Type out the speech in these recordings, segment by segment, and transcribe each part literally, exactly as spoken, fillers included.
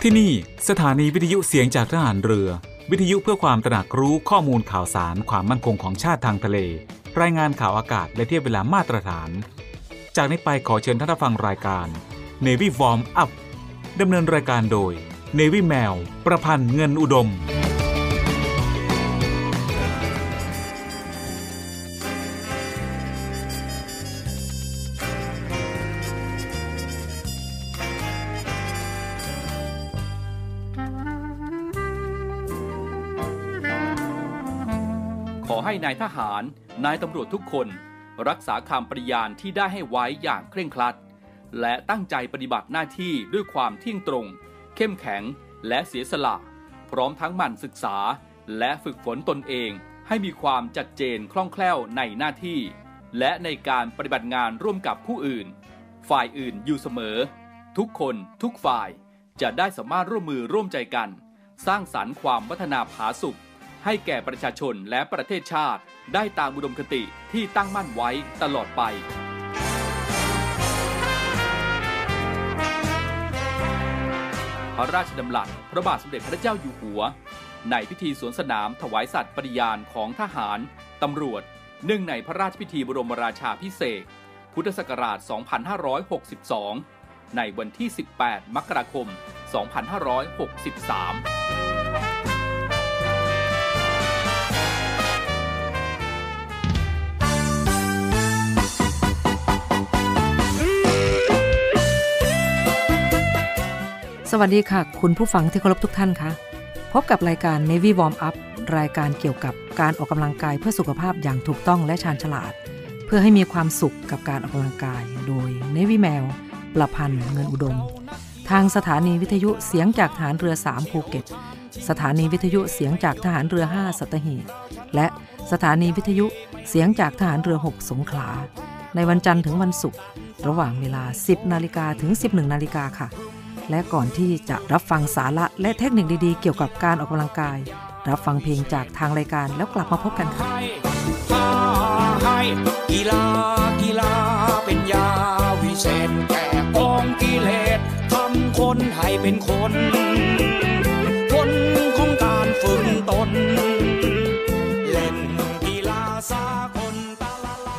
ที่นี่สถานีวิทยุเสียงจากทหารเรือวิทยุเพื่อความตระหนักรู้ข้อมูลข่าวสารความมั่นคงของชาติทางทะเลรายงานข่าวอากาศและเทียบเวลามาตรฐานจากนี้ไปขอเชิญท่านรับฟังรายการ Navy Warm Up ดำเนินรายการโดย Navy แมวประพันธ์เงินอุดมขอให้นายทหารนายตำรวจทุกคนรักษาคำปฏิญาณที่ได้ให้ไว้อย่างเคร่งครัดและตั้งใจปฏิบัติหน้าที่ด้วยความเที่ยงตรงเข้มแข็งและเสียสละพร้อมทั้งหมั่นศึกษาและฝึกฝนตนเองให้มีความชัดเจนคล่องแคล่วในหน้าที่และในการปฏิบัติงานร่วมกับผู้อื่นฝ่ายอื่นอยู่เสมอทุกคนทุกฝ่ายจะได้สามารถร่วมมือร่วมใจกันสร้างสรรค์ความพัฒนาผาสุกให้แก่ประชาชนและประเทศชาติได้ตามอุดมคติที่ตั้งมั่นไว้ตลอดไปพระราชดำรัสพระบาทสมเด็จพระเจ้าอยู่หัวในพิธีสวนสนามถวายสัตย์ปฏิญาณของทหารตำรวจเนื่องในพระราชพิธีบรมราชาภิเษกพุทธศักราช สองพันห้าร้อยหกสิบสอง ในวันที่ สิบแปด มกราคม สองพันห้าร้อยหกสิบสามสวัสดีค่ะคุณผู้ฟังที่เคารพทุกท่านคะพบกับรายการ Navy Warm Up รายการเกี่ยวกับการออกกำลังกายเพื่อสุขภาพอย่างถูกต้องและชาญฉลาดเพื่อให้มีความสุขกับการออกกำลังกายโดย Navy แมวประพันธ์เงินอุดมทางสถานีวิทยุเสียงจากทหารเรือสามภูเก็ตสถานีวิทยุเสียงจากทหารเรือห้าสัตหีบและสถานีวิทยุเสียงจากทหารเรือหกสงขลาในวันจันทร์ถึงวันศุกร์ระหว่างเวลา สิบนาฬิกา ถึง สิบเอ็ดนาฬิกาค่ะและก่อนที่จะรับฟังสาระและเทคนิคดีๆเกี่ยวกับการออกกำลังกายรับฟังเพลงจากทางรายการแล้วกลับมาพบกันค่ะให้กีฬากีฬาเป็นยาวิเศษแก้กองกิเลสทำคนให้เป็นคนคนของการฝึกตนเล่นกีฬาสากลตะละลา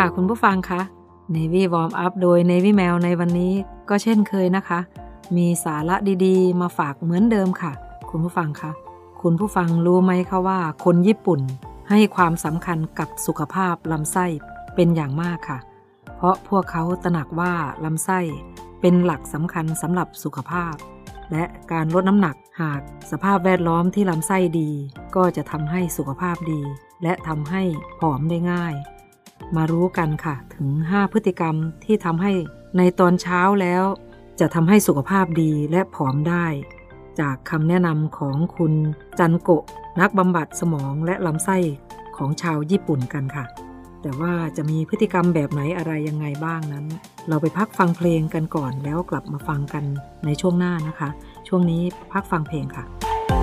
ค่ะคุณผู้ฟังคะ Navy Warm Up โดย Navy แมวในวันนี้ก็เช่นเคยนะคะมีสาระดีๆมาฝากเหมือนเดิมค่ะคุณผู้ฟังคะคุณผู้ฟังรู้ไหมคะว่าคนญี่ปุ่นให้ความสำคัญกับสุขภาพลำไส้เป็นอย่างมากค่ะเพราะพวกเขาตระหนักว่าลำไส้เป็นหลักสำคัญสำหรับสุขภาพและการลดน้ำหนักหากสภาพแวดล้อมที่ลำไส้ดีก็จะทำให้สุขภาพดีและทำให้ผอมได้ง่ายมารู้กันค่ะถึงห้าพฤติกรรมที่ทำให้ในตอนเช้าแล้วจะทำให้สุขภาพดีและผอมได้จากคำแนะนำของคุณจันโกะนักบำบัดสมองและลำไส้ของชาวญี่ปุ่นกันค่ะแต่ว่าจะมีพฤติกรรมแบบไหนอะไรยังไงบ้างนั้นเราไปพักฟังเพลงกันก่อนแล้วกลับมาฟังกันในช่วงหน้านะคะช่วงนี้พักฟังเพลงค่ะ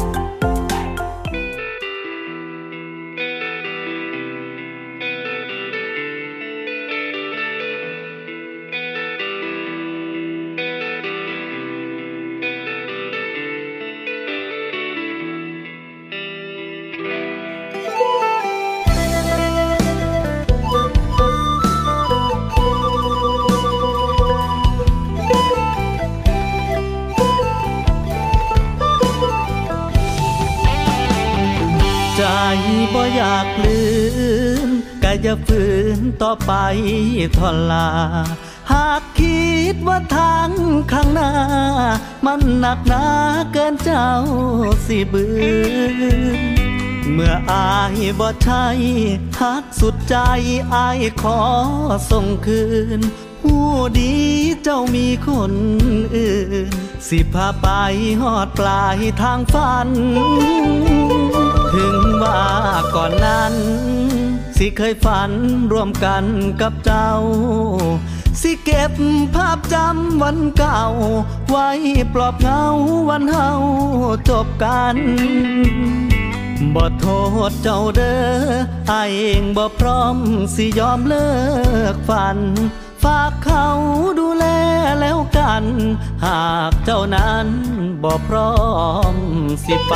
ใจบ่อยากลืมก็อย่าฝืนต่อไปทนลาหากคิดว่าทางข้างหน้ามันหนักหนาเกินเจ้าสิบืนเมื่ออายบ่ใช่ฮักสุดใจอายขอส่งคืนผู้ดีเจ้ามีคนอื่นสิพาไปฮอดปลายทางฝันถึงว่าก่อนนั้นสิเคยฝันร่วมกันกับเจ้าสิเก็บภาพจำวันเก่าไว้ปลอบเหงาวันเฮาจบกันบ่โทษเจ้าเด้ออายเองบ่พร้อมสิยอมเลิกฝันฝากเขาดูแลแล้วกันหากเจ้านั้นบ่พร้อมสิไป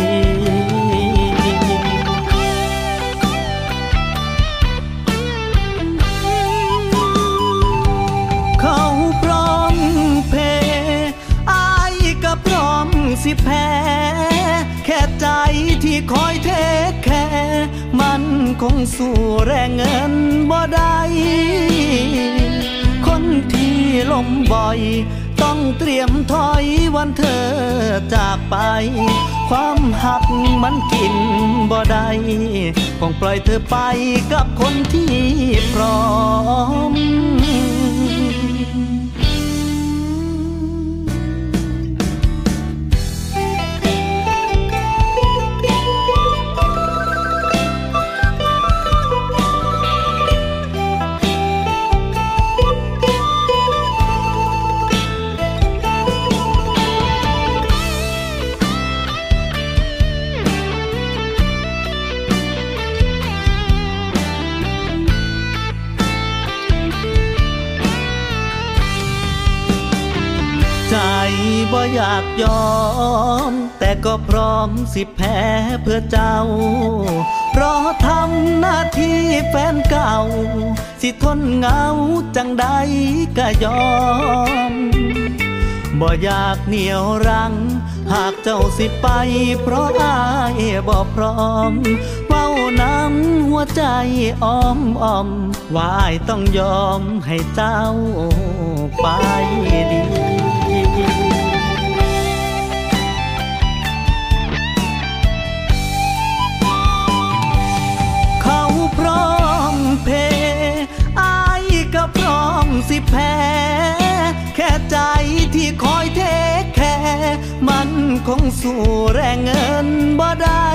เขาพร้อมเพอายก็พร้อมสิแพ้แค่ใจที่คอยเทคแค่มันคงสู้แรงเงินบ่ได้คนที่ล้มบ่อยต้องเตรียมถอยวันเธอจากไปความหักมันกินบ่ได้คงปล่อยเธอไปกับคนที่พร้อมใจบ่อยากยอมแต่ก็พร้อมสิแพ้เพื่อเจ้าเพราะทำหน้าที่แฟนเก่าสิทนเหงาจังใดก็ยอมบ่อยากเหนี่ยวรั้งหากเจ้าสิไปเพราะอายบ่พร้อมเว้าน้ำหัวใจอ้อมอ้อมว่าอายต้องยอมให้เจ้าไปดีเขาพร้อมเพอายก็พร้อมสิแพ้แค่ใจที่คอยเทคแค่มันคงสู้แรงเงินบ่ได้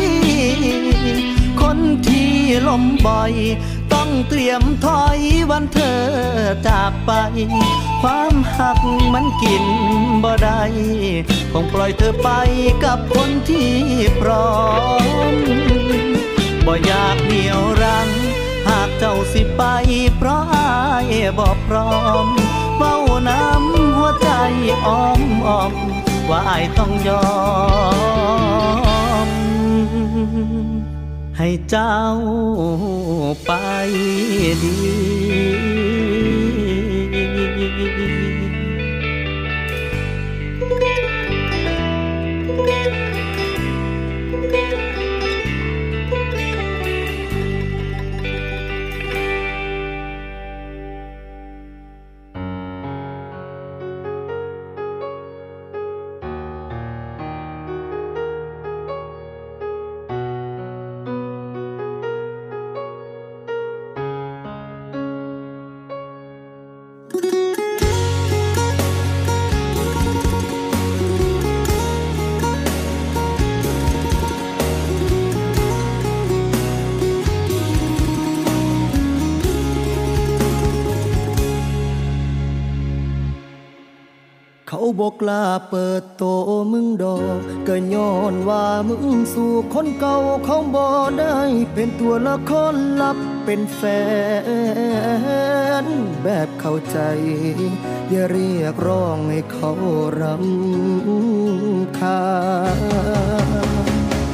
คนที่ล้มบ่อยต้องเตรียมถอยวันเธอจากไปความหักมันกินบ่ได้คงปล่อยเธอไปกับคนที่พร้อมบ่อยากเหนี่ยวรั้งหากเจ้าสิไปเพราะอายบ่พร้อมเว้าน้ำหัวใจอ้อมอ้อมว่าอายต้องยอมใให้เจ้าไปดีเขาบอกกล้าเปิดโตมึงดอกก็ย้อนว่ามึงสู่คนเก่าเขาบ่ได้เป็นตัวละครลับเป็นแฟนแบบเข้าใจอย่าเรียกร้องให้เขารำคาญ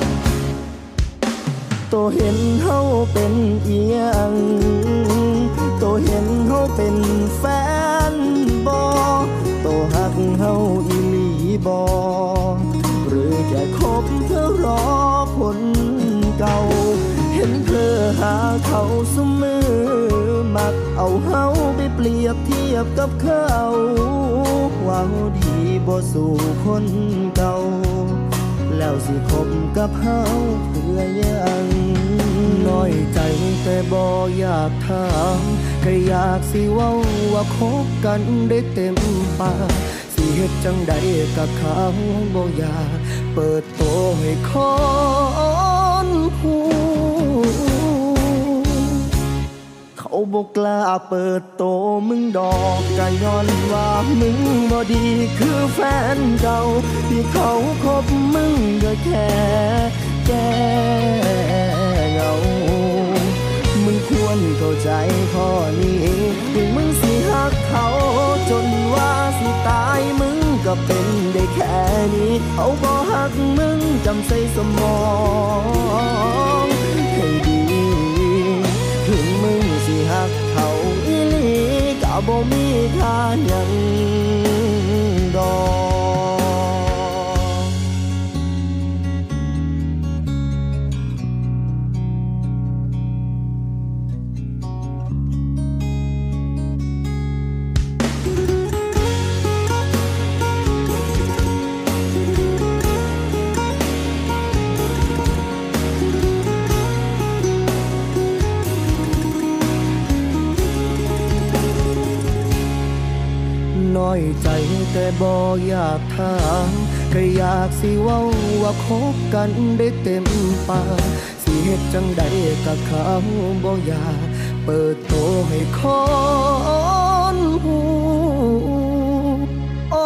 โตเห็นเฮาเป็นอีหยังโตเห็นเฮาเป็นแฟนบ่โตหักเฮาอีหลีบ่หรือแค่คบเพื่อรอคนเก่าเห็นเธอหาเขาเสมอมักเอาเฮาไปเปรียบเทียบกับเขาหวังดีบ่สู่คนเก่าแล้วสิคบกับเฮาเพื่อยังน้อยใจแต่บ่อยากถามก็อยากสิเว้าว่าคบกันได้เต็มปากสิเฮ็ดจังใดกับเขาบ่อยากเปิดโตให้คนฮู้เขาบ่กล้าเปิดโตมึงดอกก็ย้อนว่ามึงบ่ดีคือแฟนเก่าที่เขาคบมึงก็แค่แก้เหงามึงควรเข้าใจข้อนี้ถึงมึงสิหักเขาจนว่าสิตายมึงก็เป็นได้แค่นี้เขาบ่หักมึงจำใส่สมองให้ดีถึงมึงสิหักเขาอีหลีก็บ่มีค่าหยังดอกน้อยใจแต่บ่อยากถามก็อยากสิเว้าว่าคบกันได้เต็มปากสิเฮ็ดจังใดกับเขาบ่อยากเปิดโตให้คนฮู้โอ้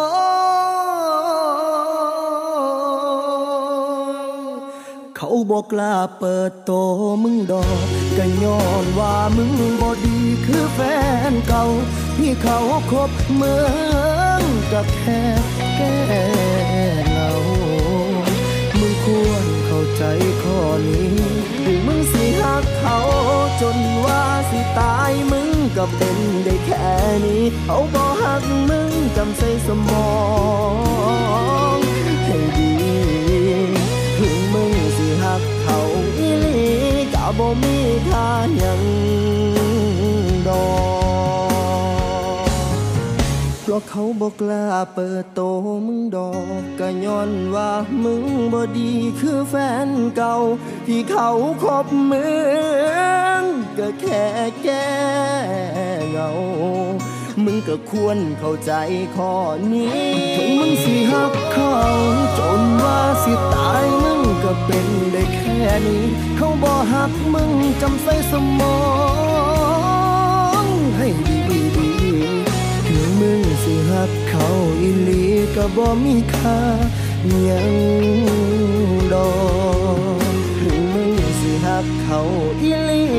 เขาบ่กล้าเปิดโตมึงดอกก็ย้อนว่ามึงบ่ดีคือแฟนเก่าที่เขาคบเมืองกับแค่แก้เหงามึงควรเข้าใจข้อนี้ถึงมึงสิหักเขาจนว่าสิตายมึงก็เป็นได้แค่นี้เขาบ่หักมึงจำใส่สมองให้ดีถึงมึงสิหักเขาอีหลีก็บ่มีค่าหยังดอกเพราะเขาบ่กล้าเปิดโตมึงดอกก็ย้อนว่ามึงบ่ดีคือแฟนเก่าที่เขาคบมึงก็แค่แก้เหงามึงก็ควรเข้าใจข้อนี้ถึงมึงสิหักเขาจนว่าสิตายมึงก็เป็นได้แค่นี้เขาบ่หักมึงจำใส่สมองให้ดีๆถึงมึงสิหักเขาอีหลีก็บ่มีค่าหยังดอกถึงมึงสิหักเขาอีหลี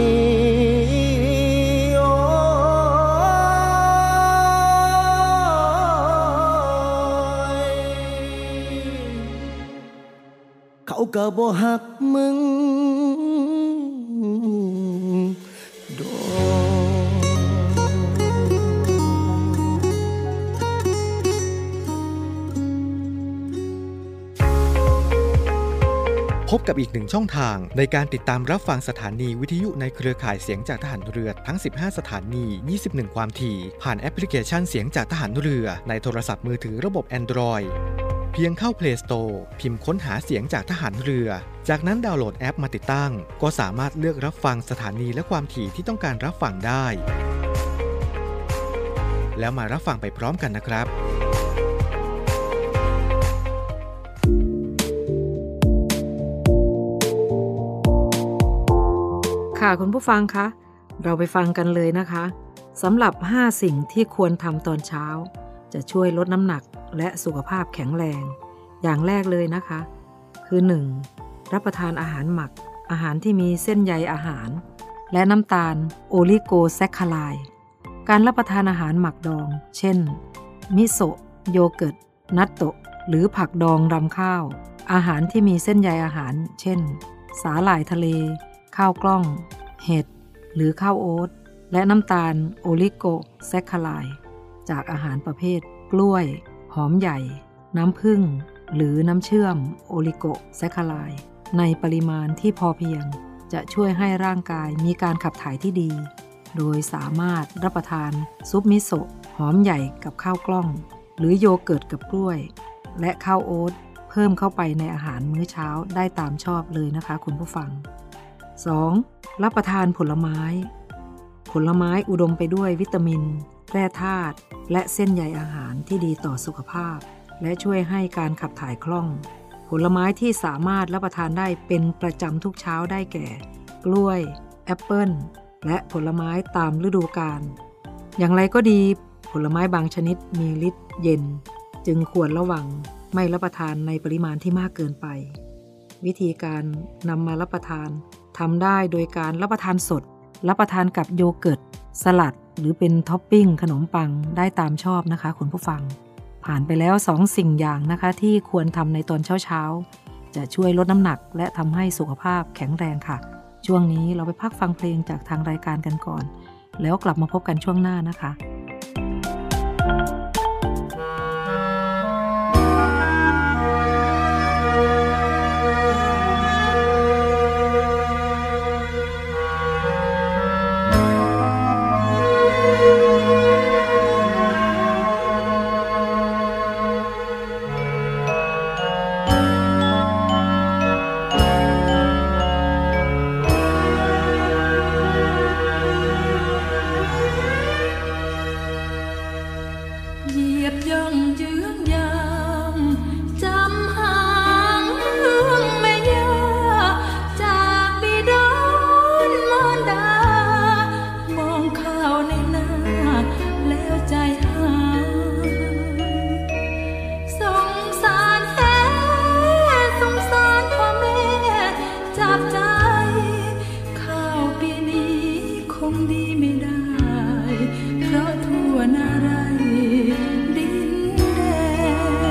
เขาก็บ่หักมึงบกับอีกหนึ่งช่องทางในการติดตามรับฟังสถานีวิทยุในเครือข่ายเสียงจากทหารเรือทั้งสิบห้าสถานี ยี่สิบเอ็ด ความถี่ผ่านแอปพลิเคชันเสียงจากทหารเรือในโทรศัพท์มือถือระบบ Android เพียงเข้า Play Store พิมพ์ค้นหาเสียงจากทหารเรือจากนั้นดาวน์โหลดแอปมาติดตั้งก็สามารถเลือกรับฟังสถานีและความถี่ที่ต้องการรับฟังได้แล้วมารับฟังไปพร้อมกันนะครับค่ะคุณผู้ฟังคะเราไปฟังกันเลยนะคะสำหรับห้าสิ่งที่ควรทำตอนเช้าจะช่วยลดน้ำหนักและสุขภาพแข็งแรงอย่างแรกเลยนะคะคือ หนึ่ง. รับประทานอาหารหมักอาหารที่มีเส้นใยอาหารและน้ำตาลโอลิโกแซคคาไลด์การรับประทานอาหารหมักดองเช่นมิโซะโยเกิร์ตนัตโตะหรือผักดองรำข้าวอาหารที่มีเส้นใยอาหารเช่นสาหร่ายทะเลข้าวกล้องเห็ดหรือข้าวโอ๊ตและน้ำตาลโอลิโกแซคคาไลด์จากอาหารประเภทกล้วยหอมใหญ่น้ำผึ้งหรือน้ำเชื่อมโอลิโกแซคคาไลด์ในปริมาณที่พอเพียงจะช่วยให้ร่างกายมีการขับถ่ายที่ดีโดยสามารถรับประทานซุปมิโซะหอมใหญ่กับข้าวกล้องหรือโยเกิร์ตกับกล้วยและข้าวโอ๊ตเพิ่มเข้าไปในอาหารมื้อเช้าได้ตามชอบเลยนะคะคุณผู้ฟัง สอง. รับประทานผลไม้ผลไม้อุดมไปด้วยวิตามินแร่ธาตุและเส้นใยอาหารที่ดีต่อสุขภาพและช่วยให้การขับถ่ายคล่องผลไม้ที่สามารถรับประทานได้เป็นประจำทุกเช้าได้แก่กล้วยแอปเปิ้ลและผลไม้ตามฤดูกาลอย่างไรก็ดีผลไม้บางชนิดมีฤทธิ์เย็นจึงควรระวังไม่รับประทานในปริมาณที่มากเกินไปวิธีการนำมารับประทานทำได้โดยการรับประทานสดรับประทานกับโยเกิร์ตสลัดหรือเป็นท็อปปิ้งขนมปังได้ตามชอบนะคะคุณผู้ฟังผ่านไปแล้วสองสิ่งอย่างนะคะที่ควรทำในตอนเช้าๆจะช่วยลดน้ำหนักและทำให้สุขภาพแข็งแรงค่ะช่วงนี้เราไปพักฟังเพลงจากทางรายการกันก่อนแล้วกลับมาพบกันช่วงหน้านะคะเพราะทั่วนาไรดินแดน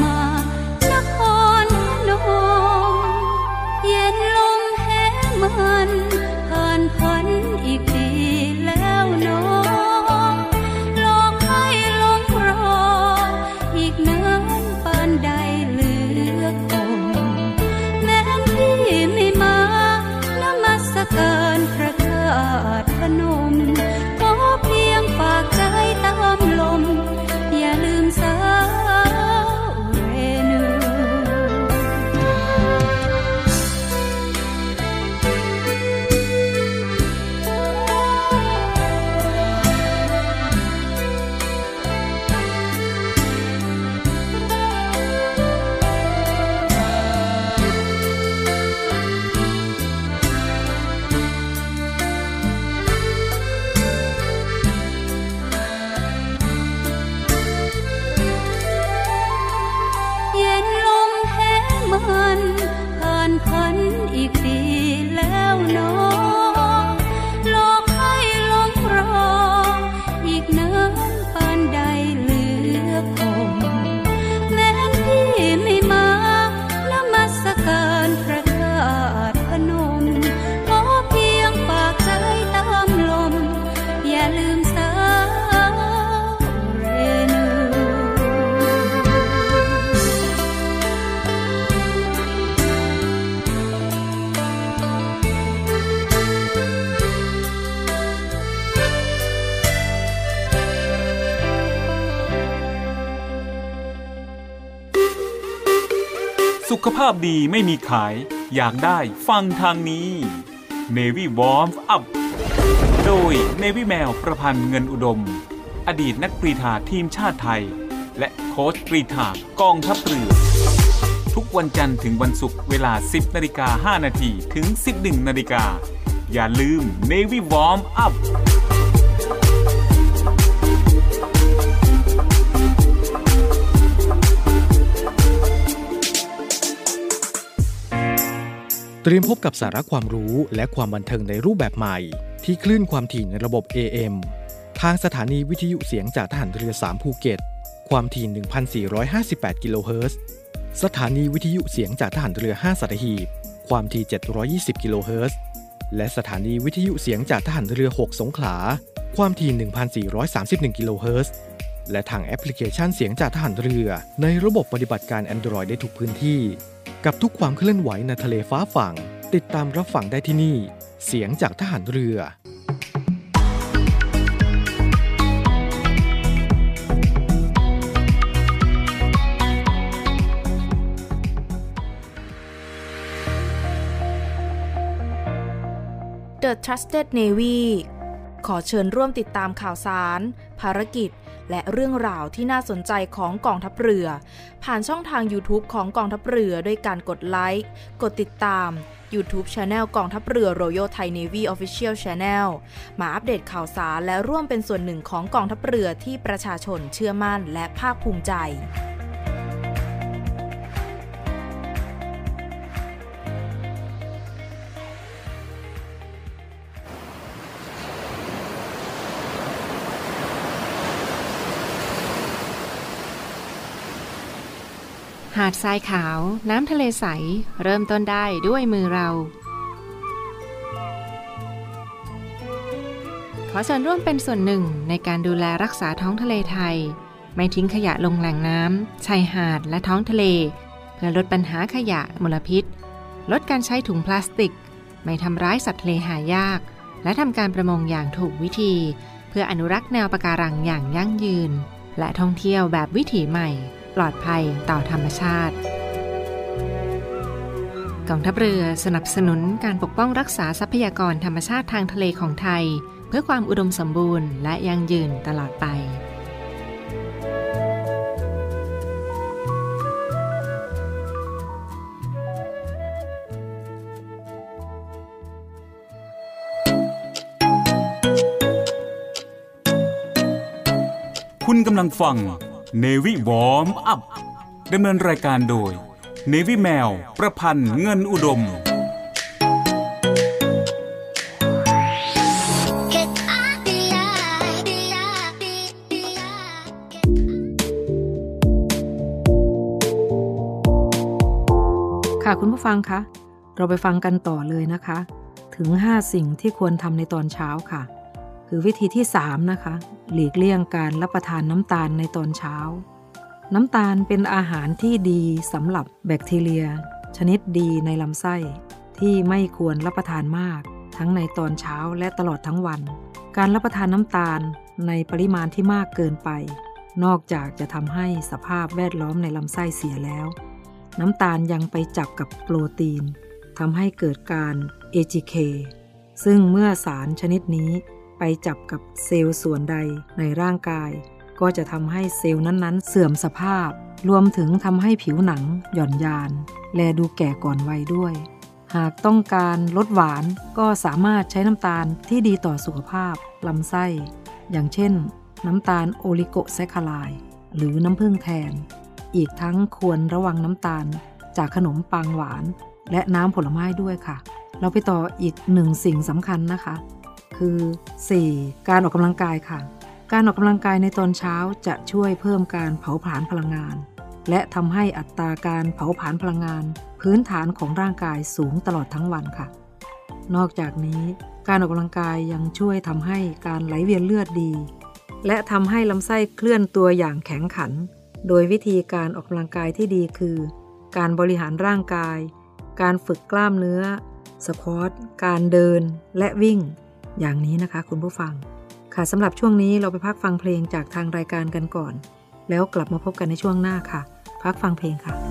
นครพนมเย็นลมแห้มันผ่านพันอีกปีแล้วเนาะหลอกให้หลงรออีกนานปานใดเหลือคงแม้พี่ไม่มานมัสการพระธาตุพนมขอเพียงฝากใจตามลมอย่าลืมสาวเรนูมันผ่านพันอีกปีแล้วเนาะหลอกให้หลงรออีกนานปานใดเหลือคงแม้พี่ไม่มานมัสการพระธาตุพนมขอเพียงฝากใจตามลมอย่าลืมสาวเรนูสุขภาพดีไม่มีขายอยากได้ฟังทางนี้ Navy Warm Up โดย Navy แมวประพันธ์เงินอุดมอดีตนักกรีฑาทีมชาติไทยและโค้ชกรีฑากองทัพเรือทุกวันจันทร์ถึงวันศุกร์เวลา สิบนาฬิกาห้านาทีถึง สิบเอ็ดนาฬิกาอย่าลืม Navy Warm Up เตรียมพบกับสาระความรู้และความบันเทิงในรูปแบบใหม่ที่คลื่นความถี่ในระบบ เอ เอ็ม ทางสถานีวิทยุเสียงจากทหารเรือสามภูเก็ตความถี่ หนึ่งพันสี่ร้อยห้าสิบแปด กิโลเฮิรตซ์สถานีวิทยุเสียงจากทหารเรือห้าสัตหีบความถี่เจ็ดร้อยยี่สิบ กิโลเฮิรตซ์และสถานีวิทยุเสียงจากทหารเรือหกสงขลาความถี่ หนึ่งพันสี่ร้อยสามสิบเอ็ด กิโลเฮิรตซ์และทางแอปพลิเคชันเสียงจากทหารเรือในระบบปฏิบัติการ Android ได้ทุกพื้นที่กับทุกความเคลื่อนไหวในทะเลฟ้าฝั่งติดตามรับฟังได้ที่นี่เสียงจากทหารเรือ The Trusted Navy ขอเชิญร่วมติดตามข่าวสารภารกิจและเรื่องราวที่น่าสนใจของกองทัพเรือผ่านช่องทาง YouTube ของกองทัพเรือด้วยการกดไลค์กดติดตาม YouTube Channel กองทัพเรือ Royal Thai Navy Official Channel มาอัปเดตข่าวสารและร่วมเป็นส่วนหนึ่งของกองทัพเรือที่ประชาชนเชื่อมั่นและภาคภูมิใจหาดทรายขาวน้ำทะเลใสเริ่มต้นได้ด้วยมือเราขอเชิญร่วมเป็นส่วนหนึ่งในการดูแลรักษาท้องทะเลไทยไม่ทิ้งขยะลงแหล่งน้ำชายหาดและท้องทะเลเพื่อลดปัญหาขยะมลพิษลดการใช้ถุงพลาสติกไม่ทำร้ายสัตว์ทะเลหายากและทำการประมงอย่างถูกวิธีเพื่ออนุรักษ์แนวปะการังอย่างยั่งยืนและท่องเที่ยวแบบวิถีใหม่ปลอดภัยต่อธรรมชาติกองทัพเรือสนับสนุนการปกป้องรักษาทรัพยากรธรรมชาติทางทะเลของไทยเพื่อความอุดมสมบูรณ์และยั่งยืนตลอดไปคุณกำลังฟัง Navy Warm Up ดำเนินรายการโดย Navy แมวประพันธ์เงินอุดมค่ะคุณผู้ฟังคะเราไปฟังกันต่อเลยนะคะถึงห้าสิ่งที่ควรทำในตอนเช้าค่ะคือวิธีที่สามนะคะหลีกเลี่ยงการรับประทานน้ำตาลในตอนเช้าน้ำตาลเป็นอาหารที่ดีสำหรับแบคทีเรียชนิดดีในลำไส้ที่ไม่ควรรับประทานมากทั้งในตอนเช้าและตลอดทั้งวันการรับประทานน้ำตาลในปริมาณที่มากเกินไปนอกจากจะทำให้สภาพแวดล้อมในลำไส้เสียแล้วน้ำตาลยังไปจับกับโปรตีนทำให้เกิดการ เอ จี เค ซึ่งเมื่อสารชนิดนี้ไปจับกับเซลล์ส่วนใดในร่างกายก็จะทำให้เซลล์นั้นๆเสื่อมสภาพรวมถึงทำให้ผิวหนังหย่อนยานและดูแก่ก่อนวัยด้วยหากต้องการลดหวานก็สามารถใช้น้ำตาลที่ดีต่อสุขภาพลำไส้อย่างเช่นน้ำตาลโอลิโกแซคคาไลด์หรือน้ำผึ้งแทนอีกทั้งควรระวังน้ำตาลจากขนมปังหวานและน้ำผลไม้ด้วยค่ะเราไปต่ออีกหนึ่งสิ่งสำคัญนะคะคือสี่การออกกำลังกายค่ะการออกกำลังกายในตอนเช้าจะช่วยเพิ่มการเผาผลาญพลังงานและทำให้อัตราการเผาผลาญพลังงานพื้นฐานของร่างกายสูงตลอดทั้งวันค่ะนอกจากนี้การออกกำลังกายยังช่วยทำให้การไหลเวียนเลือดดีและทำให้ลำไส้เคลื่อนตัวอย่างแข็งขันโดยวิธีการออกกำลังกายที่ดีคือการบริหารร่างกายการฝึกกล้ามเนื้อสควอตการเดินและวิ่งอย่างนี้นะคะคุณผู้ฟังค่ะสำหรับช่วงนี้เราไปพักฟังเพลงจากทางรายการกันก่อนแล้วกลับมาพบกันในช่วงหน้าค่ะพักฟังเพลงค่ะ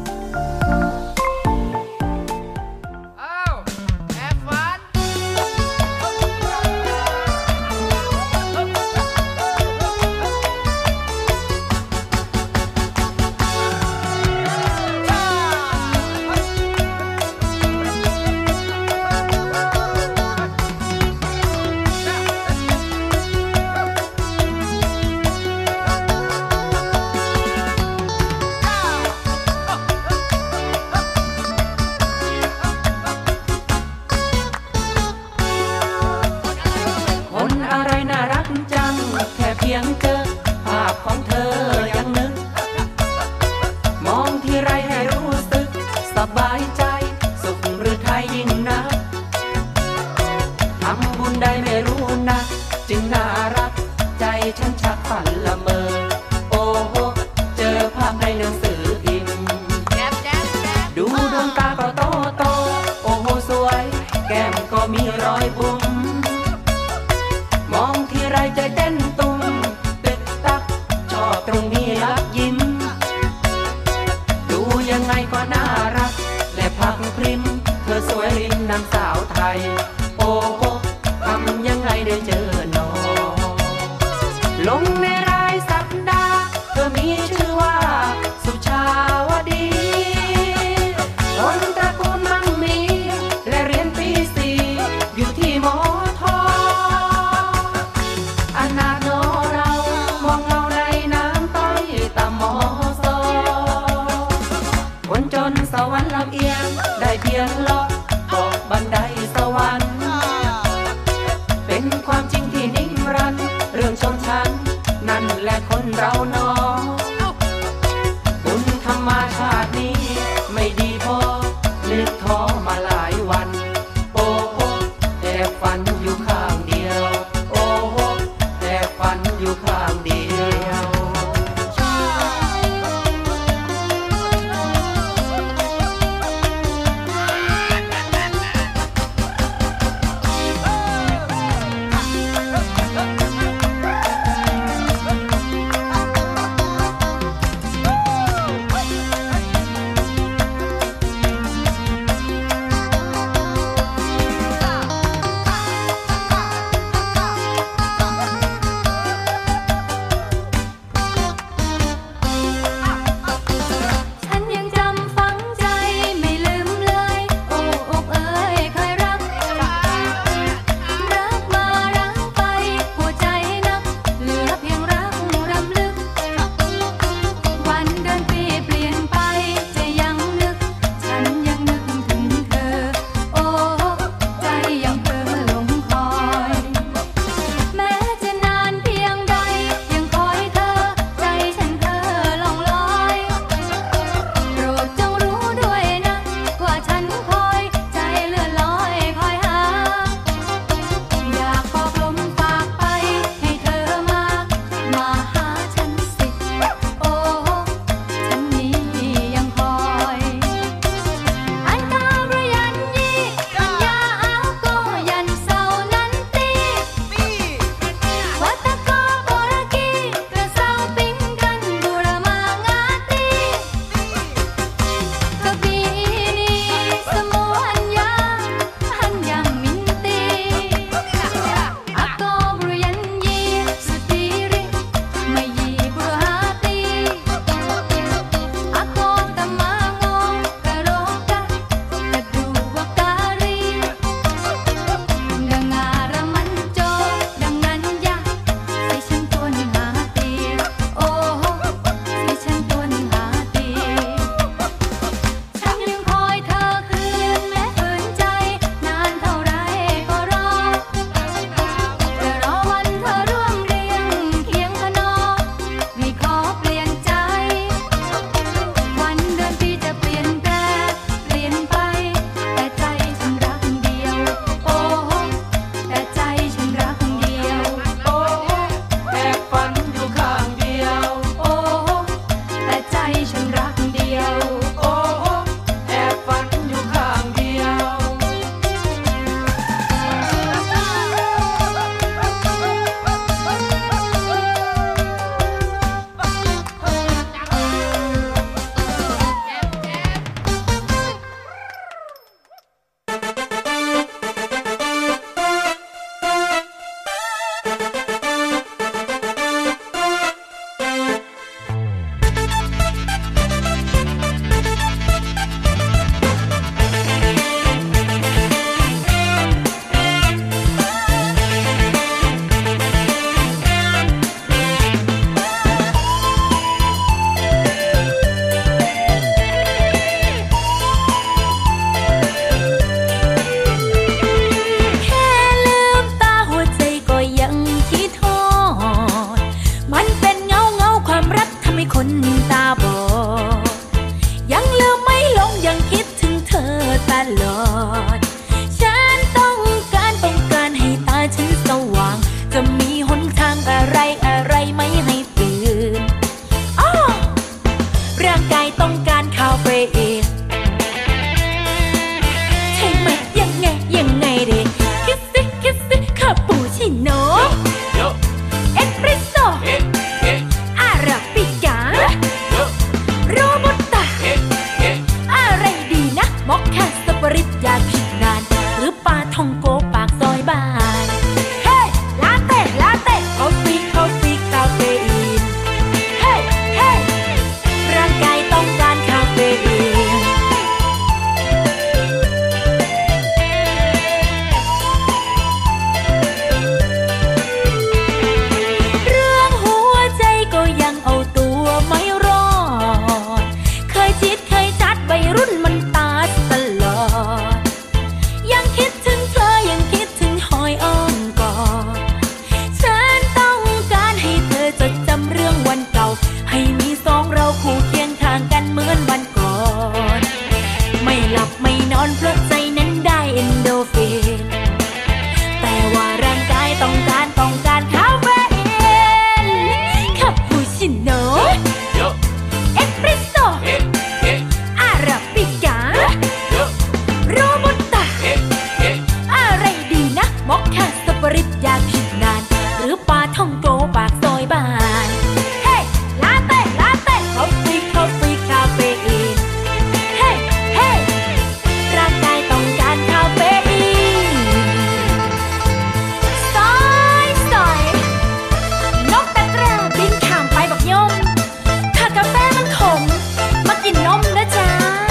จิตเคยจัดวัยรุ่นมันตาตลอดยังคิดถึงเธอยังคิดถึงหอยอ้อมกอดฉันต้องการให้เธอจดจำเรื่องวันเก่าให้มีสองเราคู่เคียงทางกันเหมือนวันก่อนไม่หลับไม่นอนเพราะใจนั้นได้เอนโดฟินแต่ว่าร่างกายต้องการต้องการคาเฟอีนคาปูชิโน่เอสเปรสโซ่อาราบิก้าโรบัสต้าอะไรดีนะมอคค่าสปริตอยากคิดนานหรือปลาท่องโกปากซอยบ้านเฮ้ลาเต้ลาเต้คอฟฟี่คอฟฟี่คาเฟอีนเฮ้เฮ้ร่างกายต้องการคาเฟอีนซอยซอยนกตะกร้าบินข้ามไปบักยมถ้ากาแฟมันขมมากินนมนะจ๊ะ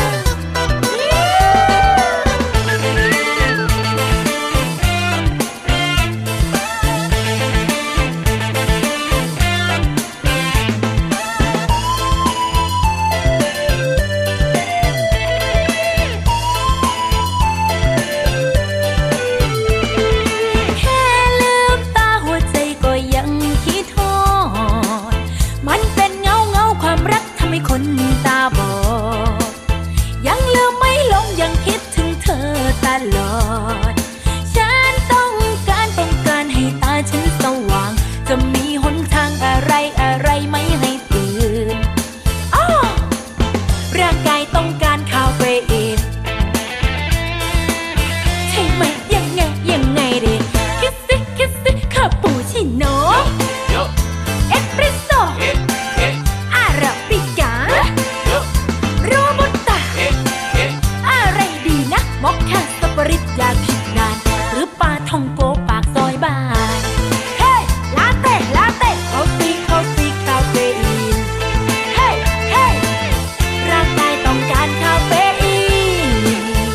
แค่ลืมตาหัวใจก็ยังคิดทอดมันเป็นเงาเงาความรักทำให้คนตาบอดยังลืมไม่ลงยังคิดถึงเธอตลอดฉันต้องการต้องการให้ตาฉันสว่างจะมีหนทางอะไรอะไรไม่ให้ตื่นอ้อร่างกายต้องการคาเฟอีนใช่ไหมยังไงยังไงดิคิดสิคิดสิคาปูชิโน่เอสเปรสโซ่อาราบิก้าโรบัสต้าอะไรดีนะมอคค่าสปริตอยากคิดนานหรือปลาท่องโกปากซอยบ้านเฮ้ลาเต้ลาเต้คอฟฟี่คอฟฟี่คาเฟอีนเฮ้เฮ้ร่างกายต้องการคาเฟอีน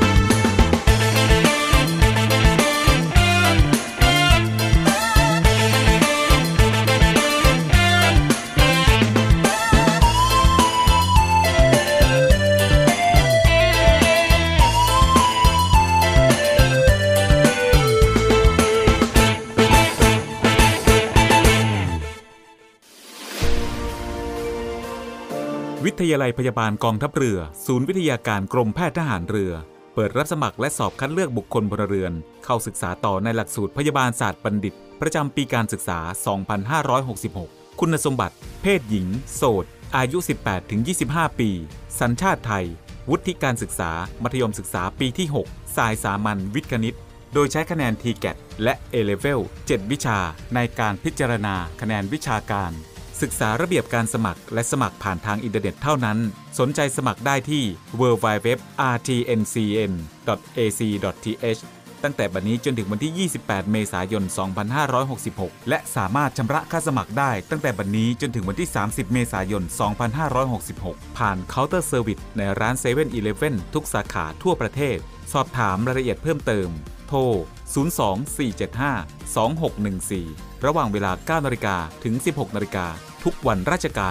วิทยาลัยพยาบาลกองทัพเรือศูนย์วิทยาการกรมแพทย์ทหารเรือเปิดรับสมัครและสอบคัดเลือกบุคคลพลเรือนเข้าศึกษาต่อในหลักสูตรพยาบาลศาสตร์บัณฑิตประจำปีการศึกษา สองพันห้าร้อยหกสิบหก คุณสมบัติเพศหญิงโสดอายุ สิบแปดถึงยี่สิบห้า ปีสัญชาติไทยวุฒิการศึกษามัธยมศึกษาปีที่ หก สายสามัญวิทย์คณิตโดยใช้คะแนน ที แกต และ เอ เลเวล เจ็ด วิชาในการพิจารณาคะแนนวิชาการศึกษาระเบียบการสมัครและสมัครผ่านทางอินเทอร์เน็ตเท่านั้นสนใจสมัครได้ที่ ดับเบิลยู ดับเบิลยู ดับเบิลยู ดอท อาร์ ที เอ็น ซี เอ็น ดอท เอ ซี ดอท ที เอช ตั้งแต่บัดนี้จนถึงวันที่ ยี่สิบแปด เมษายน สองพันห้าร้อยหกสิบหก และสามารถชำระค่าสมัครได้ตั้งแต่บัดนี้จนถึงวันที่ สามสิบ เมษายน สองพันห้าร้อยหกสิบหก ผ่านเคาน์เตอร์เซอร์วิสในร้าน เซเว่น อีเลฟเว่น ทุกสาขาทั่วประเทศสอบถามรายละเอียดเพิ่มเติมโทร ศูนย์ สอง สี่ เจ็ด ห้า สอง หก หนึ่ง สี่ ระหว่างเวลา เก้า นาฬิกาถึง สิบหก นาฬิกาทุกวันราชการ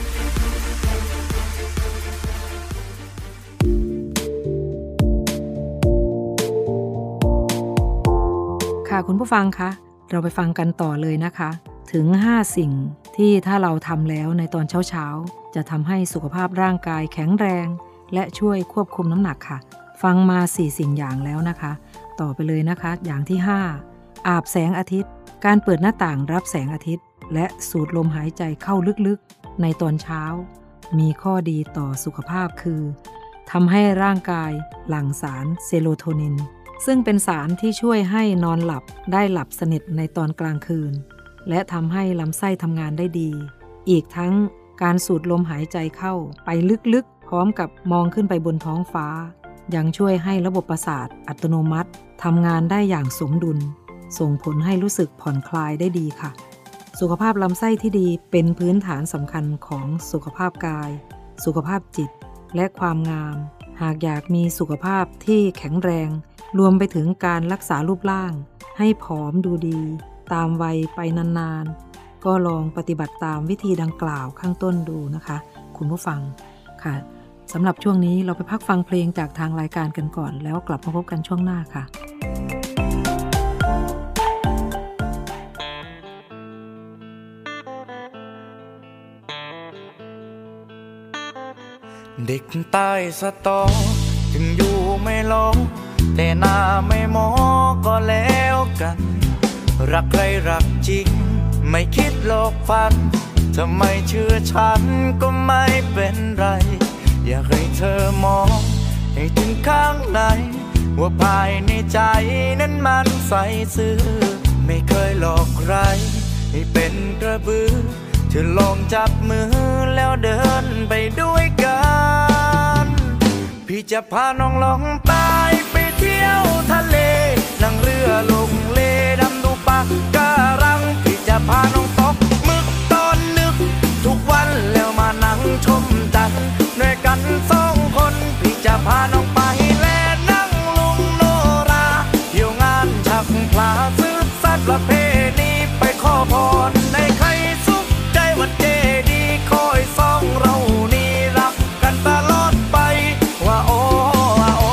ค่ะคุณผู้ฟังคะเราไปฟังกันต่อเลยนะคะถึงห้าสิ่งที่ถ้าเราทำแล้วในตอนเช้าๆจะทำให้สุขภาพร่างกายแข็งแรงและช่วยควบคุมน้ำหนักค่ะฟังมาสี่สิ่งอย่างแล้วนะคะต่อไปเลยนะคะอย่างที่ห้าอาบแสงอาทิตย์การเปิดหน้าต่างรับแสงอาทิตย์และสูดลมหายใจเข้าลึกๆในตอนเช้ามีข้อดีต่อสุขภาพคือทำให้ร่างกายหลั่งสารเซโรโทนินซึ่งเป็นสารที่ช่วยให้นอนหลับได้หลับสนิทในตอนกลางคืนและทำให้ลำไส้ทำงานได้ดีอีกทั้งการสูดลมหายใจเข้าไปลึกๆพร้อมกับมองขึ้นไปบนท้องฟ้ายังช่วยให้ระบบประสาทอัตโนมัติทำงานได้อย่างสมดุลส่งผลให้รู้สึกผ่อนคลายได้ดีค่ะสุขภาพลำไส้ที่ดีเป็นพื้นฐานสำคัญของสุขภาพกายสุขภาพจิตและความงามหากอยากมีสุขภาพที่แข็งแรงรวมไปถึงการรักษารูปร่างให้ผอมดูดีตามวัยไปนานๆก็ลองปฏิบัติตามวิธีดังกล่าวข้างต้นดูนะคะคุณผู้ฟังค่ะสำหรับช่วงนี้เราไปพักฟังเพลงจากทางรายการกันก่อนแล้วกลับมาพบกันช่วงหน้าค่ะเด็กใต้สตอถึงอยู่ไม่ลงแต่หน้าไม่มอก็แล้วกันรักใครรักจริงไม่คิดหลอกฝันทำไมเชื่อฉันก็ไม่เป็นไรอยากให้เธอมองให้ถึงข้างในว่าภายในใจนั้นมันใสซื่อไม่เคยหลอกใครให้เป็นกระบือเธอลองจับมือแล้วเดินไปด้วยกันพี่จะพาน้องลองใต้ไปเที่ยวทะเลนั่งเรือลงเลดำดูปะการังพี่จะพาน้องตกหมึกตอนนึกทุกวันแล้วมานั่งชมจันทร์ด้วยกันสองคนพี่จะพาน้องไปแลนั่งลุงโนราเที่ยวงานชักพลาสืบสัตว์ประเพณีไปขอพรในใครสุขใจวันเจดีคอยส่องเรานี่รักกันตลอดไปว่าโอ้ว่าโอ้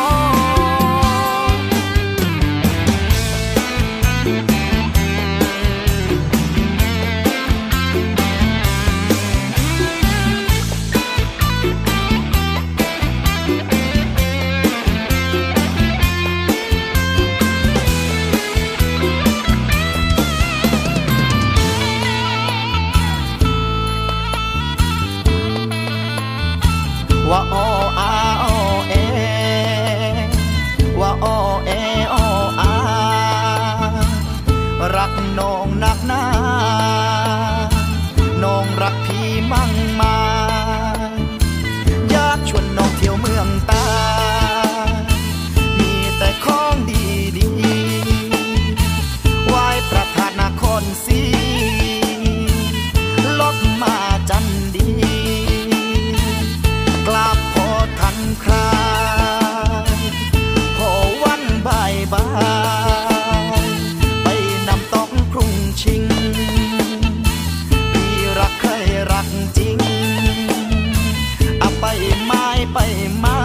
ว่าโออาโอเอว่าโอเอโออารักน้องนักหนาน้องรักพี่มั่งมาอยากชวนน้องเที่ยวเมืองตามีแต่ของดีดีไหว้พระธาตุนครศรีลบมาจันดีกราบพอทันคราพอวันบ่ายบ่ายไปนำต้องกรุงชิงพี่รักใครรักจริงเอาไปไม้ไปไม้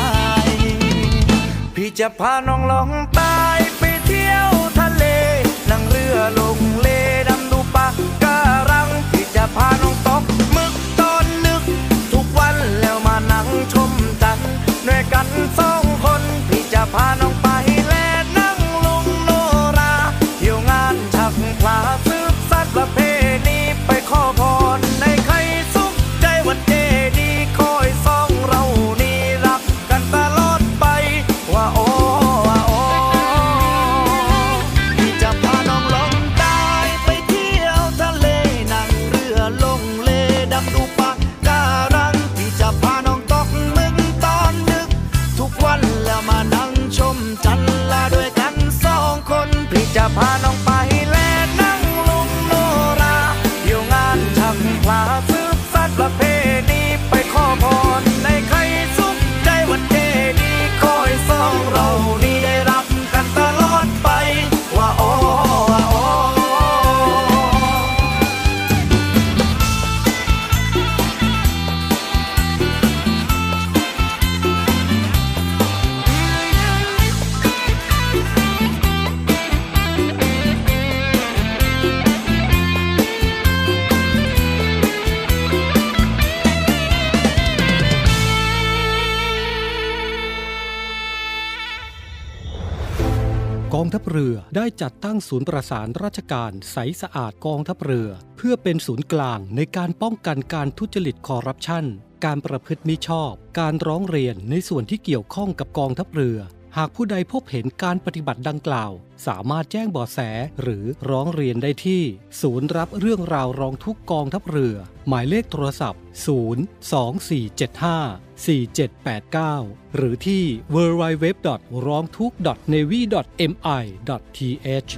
พี่จะพาน้องลองใต้ไปเที่ยวทะเลนั่งเรือลงเลดำดูปะการังพี่จะพาน้องตกหมึกตอนนึกทุกวันแล้วมานั่งชมจันทร์ด้วยกันสองคนพี่จะพาน้องไปแลนั่งลุงโนราเที่ยวงานชักพลาสืบสัตว์ประเพณีไปขอพรในใครสุขใจวันเจดีคอยส่องเรานี่รักกันตลอดไปว่าโอ้ว่าโอ้พี่จะพาน้องลงใต้ไปเที่ยวทะเลนั่งเรือลงเลดำดูปะการังพี่จะพาน้องตกหมึกตอนนึกทุกวันแล้วมานั่งชมจันทร์ลาด้วยกันสองคนพี่จะพาน้องไปแลนั่งลุงโนราเที่ยวงานชักพลาสืบสัตว์ประเพณีไปขอพรในใครสุขใจวันเจดีคอยส่องเรานี่ได้รับกันตลอดไปว่าโอ้ว่าโอ้กองทัพเรือได้จัดตั้งศูนย์ประสานราชการใสสะอาดกองทัพเรือเพื่อเป็นศูนย์กลางในการป้องกันการทุจริตคอร์รัปชันการประพฤติมิชอบ การร้องเรียนในส่วนที่เกี่ยวข้องกับกองทัพเรือหากผู้ใดพบเห็นการปฏิบัติดังกล่าวสามารถแจ้งเบาะแสหรือร้องเรียนได้ที่ศูนย์รับเรื่องราวร้องทุกข์กองทัพเรือหมายเลขโทรศัพท์ศูนย์ สอง สี่ เจ็ด ห้า สี่ เจ็ด แปด เก้าหรือที่ ดับเบิลยู ดับเบิลยู ดับเบิลยู ดอท ร้องทุกข์ ดอท เนวี ดอท เอ็ม ไอ ดอท ที เอช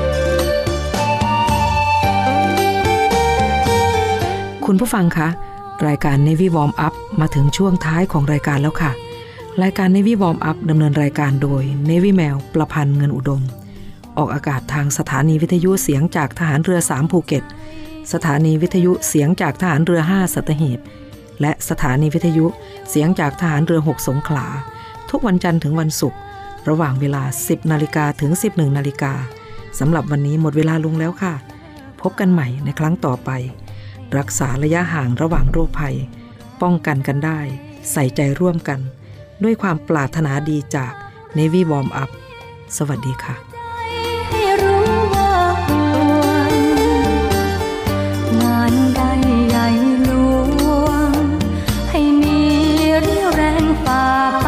คุณผู้ฟังคะรายการ Navy Warm Up มาถึงช่วงท้ายของรายการแล้วค่ะรายการ Navy Warm Up ดำเนินรายการโดย Navy แมวประพันธ์เงินอุดมออกอากาศทางสถานีวิทยุเสียงจากทหารเรือสามภูเก็ตสถานีวิทยุเสียงจากทหารเรือห้าสัตหีบและสถานีวิทยุเสียงจากทหารเรือหกสงขลาทุกวันจันทร์ถึงวันศุกร์ระหว่างเวลา สิบนาฬิกาถึง สิบเอ็ดนาฬิกาสำหรับวันนี้หมดเวลาลงแล้วค่ะพบกันใหม่ในครั้งต่อไปรักษาระยะห่างระหว่างโรคภัยป้องกันกันได้ใส่ใจร่วมกันด้วยความปรารถนาดีจาก Navy Warm Up สวัสดีค่ะให้รู้ว่าห่วงงานใดใหญ่หลวงให้มีเรี่ยวแรงฝ่าไป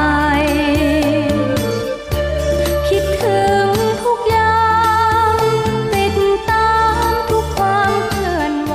คิดถึงทุกอย่างติดตามทุกความเคลื่อนไหว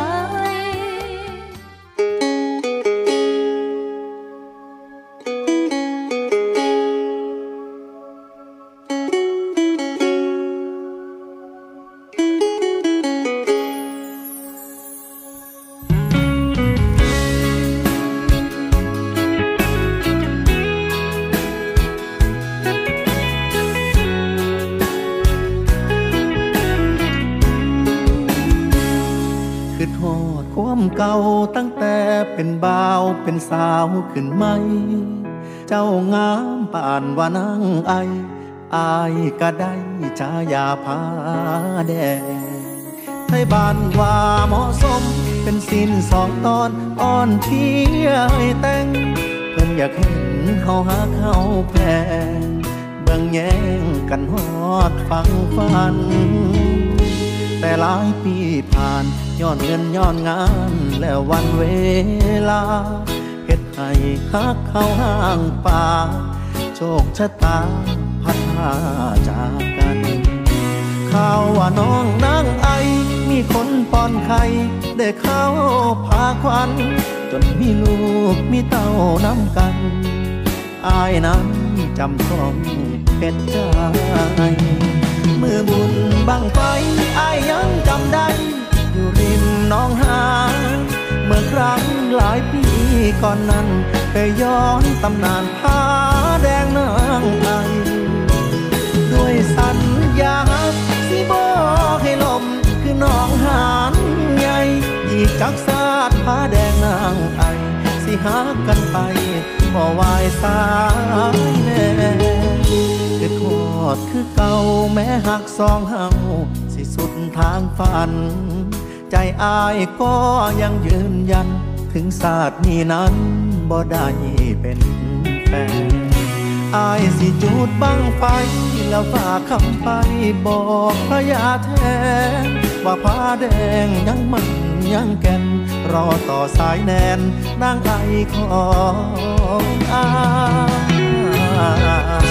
เก่าตั้งแต่เป็นบ่าวเป็นสาวขึ้นไหมเจ้างามป่านว่านางไออายก็ได้ฉายาผาแดงไทยบ้านว่าเหมาะสมเป็นสิ้นสองตอนอ่อนเพียให้แต่งเพิ่นอยากเห็นเฮาหักเฮาแพงเบิ่งแย่งกันฮอดฟังฝันแต่หลายปีผ่านย้อนเงินย้อนงานแล้ววันเวลาเฮ็ดให้ฮักเข้าห่างป่าโชคชะตาพัดพาจากกันข่าวว่าน้องนางไอมีคนป้อนไข่ได้เข้าพาควันจนมีลูกมีเต้าน้ำกันอายนั้นจำต้องเป็นใจมือบุญบังไฟอายยังจำได้อยู่ริมหนองหานเมื่อครั้งหลายปีก่อนนั้นเคยย้อนตำนานผาแดงนางไอด้วยสัญญาสิบ่ให้ลมคือหนองหานใหญ่อีกจักสาดผาแดงนางไอสิหากันไปบ่วายสายแน่คือทอดคือเก่าแม้หักสองเฮาสิสุดทางฝันใจอายก็ยังยืนยันถึงศาสตร์นี้นั้นบ่ได้เป็นแฟนอายสิจุดบังไฟแล้วฝากคำไปบอกพระยาแทนว่าผ้าแดงยังมันยังแก่นรอต่อสายแนนนางไอของอาย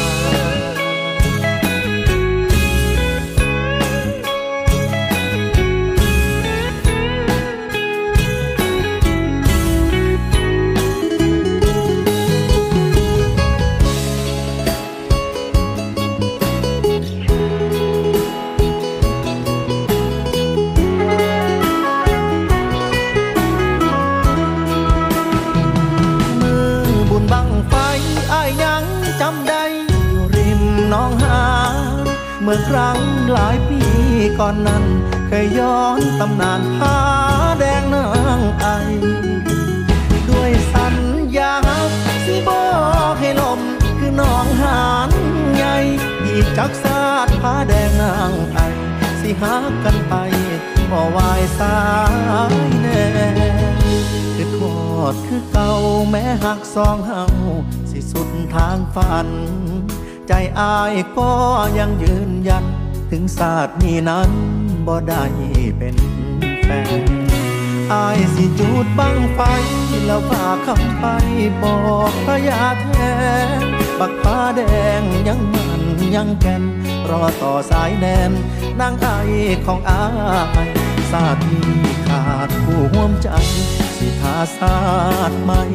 เมื่อครั้งหลายปีก่อนนั้นเคยย้อนตำนานผาแดงนางไอด้วยสัญญาสิบ่ให้ลมคือหนองหานใหญ่อีกจักสาดผาแดงนางไอสิหากันไปบ่วายสายแน่คือทอดคือเก่าแม้หักสองเฮาสิสุดทางฝันใจอายก็ยังยืนยันถึงศาสตร์นี้นั้นบ่ได้เป็นแฟนอายสิจุดบังไฟแล้วฝากคำไปบอกพระยาแทนบักฟ้าแดงยังมันยังแก่นรอต่อสายแนนนางไอของอายศาสตร์นี้ขาดผู้ร่วมใจสิทาศาสตร์ใหม่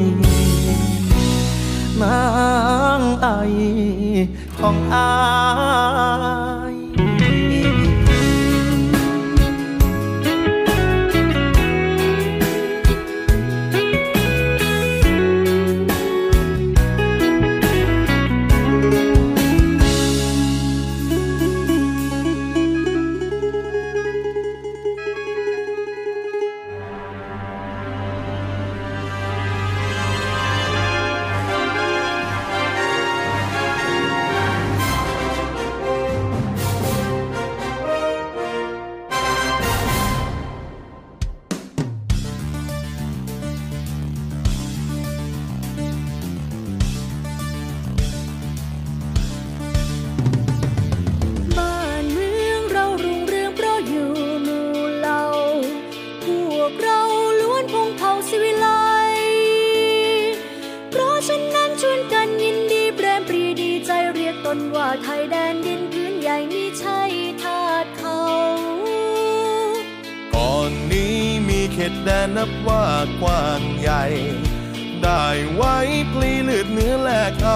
นางไอของอายนว่าไทยแดนดินพื้นใหญ่มิใช่ทาสเขาก่อนนี้มีเขตแดนนับว่ากว้างใหญ่ได้ไว้พลีเลือดเนื้อแลกเอา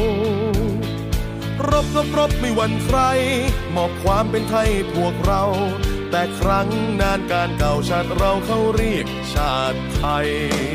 รบรบรบไม่หวั่นใครมอบความเป็นไทยพวกเราแต่ครั้งนานการเก่าชาติเราเขาเรียกชาติไทย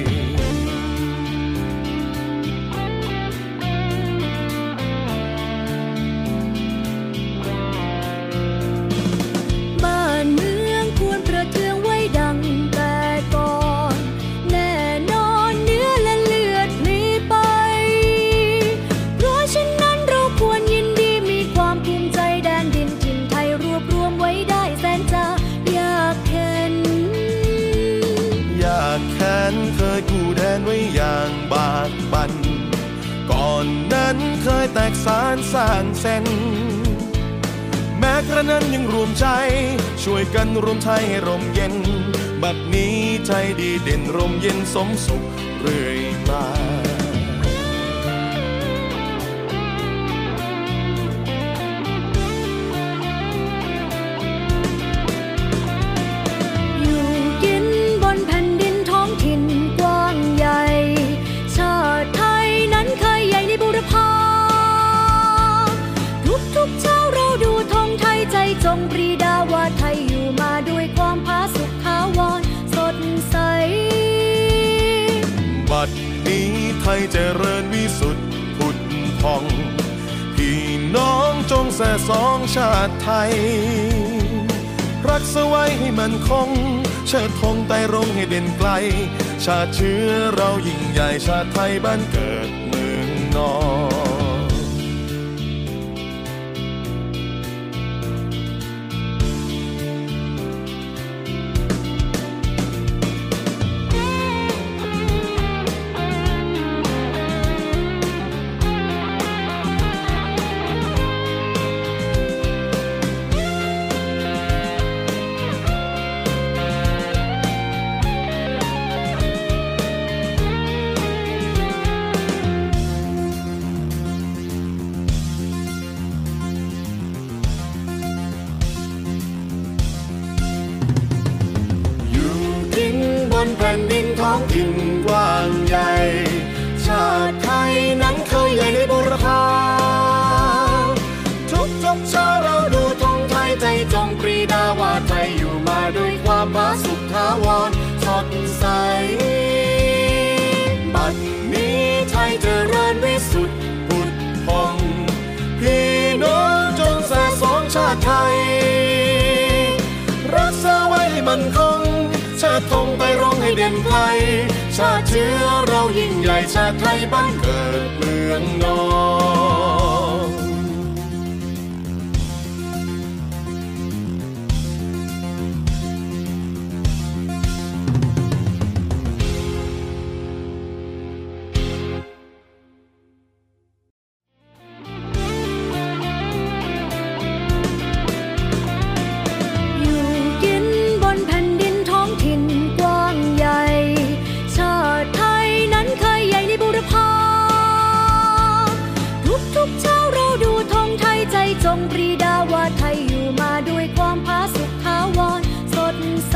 บ้านเมืองควรประเทืองไว้ดังแต่ก่อนแน่นอนเนื้อและเลือดมีไปเพราะฉะนั้นเราควรยินดีมีความภูมิใจแดนดินถิ่นไทยรวบรวมไว้ได้แสนจะอยากเห็นอยากแค้นเคยกู้แดนไว้อย่างบากบั่นก่อนนั้นเคยแตกสานสร้างเส้นแม้กระนั้นยังรวมใจช่วยกันรวมไทยให้ร่มเย็นบัดนี้ไทยดีเด่นร่มเย็นสมสุขเรื่อยมาอยู่กินบนแผ่นดินท้องถิ่นกว้างใหญ่ชาติไทยนั้นเคยใหญ่ในบูรพาทุกๆเช้าเราดูธงไทยใจจงปรีดาว่าไทยอยู่มาด้วยความผาสุกถาวรสดใสบัดนี้ไทยเจริญวิสุทธิ์ผุดพองพี่น้องจงแส่สองชาติไทยรักษาไว้ให้มันคงเชิดธงไต่รงให้เด่นไกลชาติเชื้อเรายิ่งใหญ่ชาติไทยบ้านเกิดเมืองนอนแผ่นดินท้องถิ่นกว้างใหญ่ชาติไทยนั้นเคยใหญ่ในบูรพาทุกทุกเช้าเราดูธงไทยใจจงปรีดาว่าไทยอยู่มาด้วยความผาสุกถาวรสดใสบัดนี้ไทยเจริญวิสุทธิ์ผุดพองพี่น้องจงแส่สองชาติไทยรักษาไว้ให้มันคงชาติธงไปร้องให้เด่นไกลชาติเชื้อเรายิ่งใหญ่ชาติไทยบ้านเกิดเมืองนอนจงปรีดาว่าไทยอยู่มาด้วยความผาสุกถาวรสดใส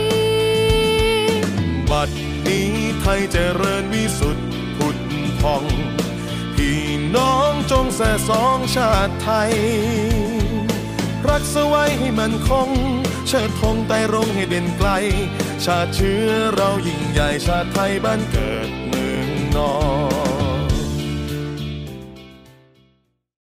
บัดนี้ไทยเจริญวิสุทธิ์ผุดพองพี่น้องจงแส่สองชาติไทยรักษาไว้ให้มันคงเชิดธงไต่รงให้เด่นไกลชาติเชื้อเรายิ่งใหญ่ชาติไทยบ้านเกิดเมืองนอน